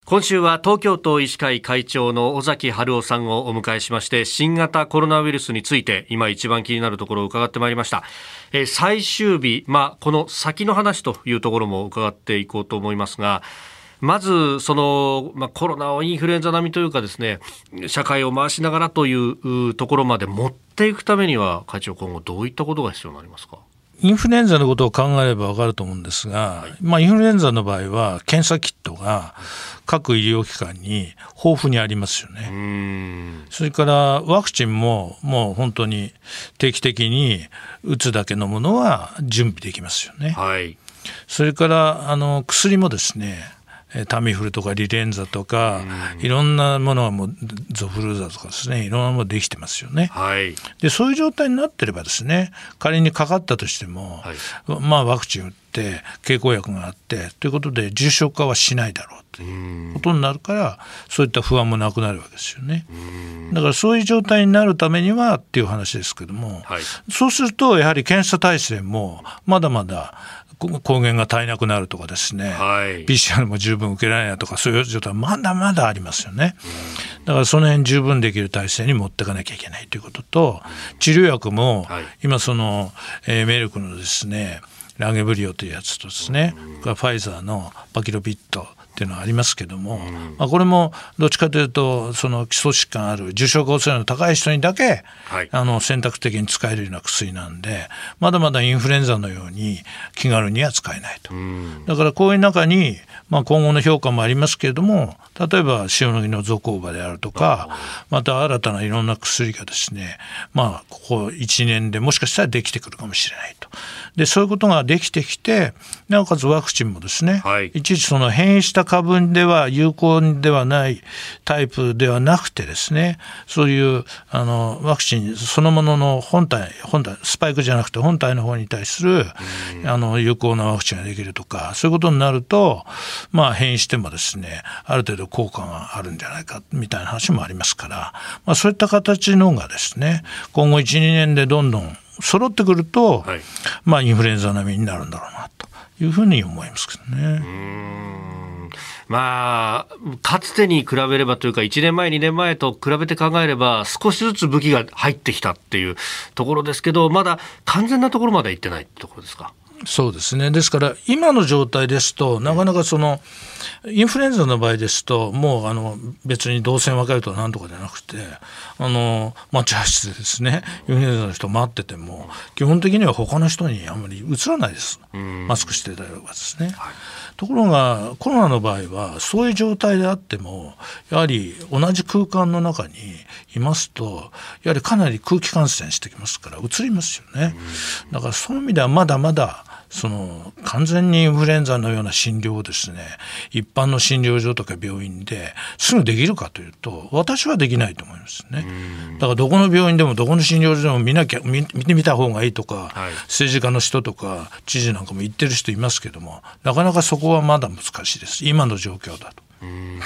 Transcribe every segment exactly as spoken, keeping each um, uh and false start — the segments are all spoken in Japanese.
今週は東京都医師会会長の尾崎治夫さんをお迎えしまして、新型コロナウイルスについて今一番気になるところを伺ってまいりました。えー、最終日、まあ、この先の話というところも伺っていこうと思いますが、まずその、まあ、コロナをインフルエンザ並みというかですね、社会を回しながらというところまで持っていくためには、会長、今後どういったことが必要になりますか？ インフルエンザのことを考えれば分かると思うんですが、はい、まあ、インフルエンザの場合は検査キットが各医療機関に豊富にありますよね。うーん、それからワクチンももう本当に定期的に打つだけのものは準備できますよね。はい、それからあの薬もですね、タミフルとかリレンザとかいろんなものはもうゾフルーザとかですね、いろんなものできてますよね。はい、でそういう状態になってればですね、仮にかかったとしても、はい、まあワクチン打って経口薬があってということで重症化はしないだろうということになるから、そういった不安もなくなるわけですよね。だからそういう状態になるためにはっていう話ですけども、はい、そうするとやはり検査体制もまだまだ抗原が足りなくなるとかですね、はい、ピーシーアール も十分受けられないとか、そういう状態はまだまだありますよね。だからその辺十分できる体制に持っていかなきゃいけないということと、治療薬も今その、えー、メルクのですねラゲブリオというやつとですね、ファイザーのパキロビットっていうのはありますけども、まあ、これもどっちかというとその基礎疾患ある重症化恐れの高い人にだけ、はい、あの選択的に使えるような薬なんで、まだまだインフルエンザのように気軽には使えないと。だからこういう中に、まあ、今後の評価もありますけれども、例えば塩野義のゾコーバであるとか、また新たないろんな薬がですね、まあ、ここいちねんでもしかしたらできてくるかもしれないと。でそういうことができてきて、なおかつワクチンもですね、はい、いちいちその変異した株では有効ではないタイプではなくてですね、そういうあのワクチンそのものの本体本体スパイクじゃなくて本体の方に対するあの有効なワクチンができるとか、そういうことになると、まあ、変異してもですね、ある程度効果があるんじゃないかみたいな話もありますから、まあ、そういった形のがですね、今後 いちにねんでどんどん揃ってくると、はい、まあ、インフルエンザ並みになるんだろうなというふうに思いますけどね。うーん、まあ、かつてに比べればというか、いちねんまえにねんまえと比べて考えれば少しずつ武器が入ってきたっていうところですけど、まだ完全なところまで行ってないところですか？ そうですね。ですから今の状態ですと、なかなかそのインフルエンザの場合ですと、もうあの別に動線分かれるとかなんとかじゃなくて、あの待合室でですね、インフルエンザの人待ってても基本的には他の人にあんまりうつらないです、マスクしてたりとかですね。はい、ところがコロナの場合はそういう状態であっても、やはり同じ空間の中にいますと、やはりかなり空気感染してきますからうつりますよね。だからそういう意味ではまだまだその完全にインフルエンザのような診療をですね、一般の診療所とか病院ですぐできるかというと、私はできないと思いますね。だからどこの病院でもどこの診療所でも見なきゃ 見, 見てみた方がいいとか、はい、政治家の人とか知事なんかも言ってる人いますけども、なかなかそこはまだ難しいです、今の状況だと。うーん、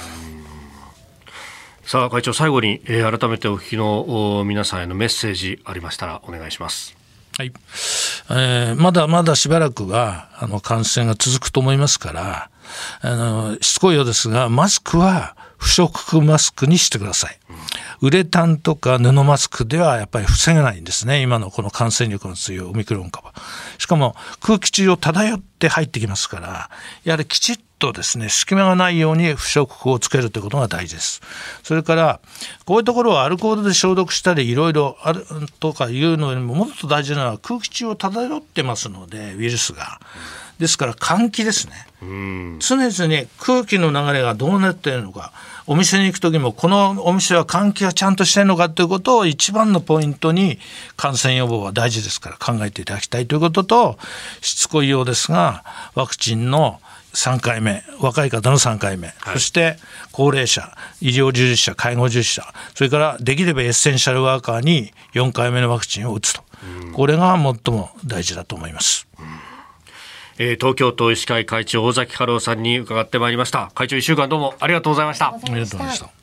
さあ会長、最後に、えー、改めてお聞きの皆さんへのメッセージありましたらお願いします。 はい、えー、まだまだしばらくはあの感染が続くと思いますから、あのしつこいようですが、マスクは不織布マスクにしてください。ウレタンとか布マスクではやっぱり防げないんですね、今のこの感染力の強いオミクロン株。しかも空気中を漂って入ってきますから、やはりきちっとですね、隙間がないように不織布をつけるということが大事です。それからこういうところをアルコールで消毒したりいろいろあるとかいうのよりも、もっと大事なのは空気中を漂ってますので、ウイルスが。ですから換気ですね。うん、常々空気の流れがどうなっているのか、お店に行く時もこのお店は換気がちゃんとしているのかということを一番のポイントに、感染予防は大事ですから考えていただきたいということと、しつこいようですがワクチンのさんかいめ、若い方のさんかいめ、はい、そして高齢者、医療従事者、介護従事者、それからできればエッセンシャルワーカーによんかいめのワクチンを打つと、これが最も大事だと思います。うん、 えー、東京都医師会会長尾崎治夫さんに伺ってまいりました。会長、いっしゅうかんどうもありがとうございました。 ありがとうございました。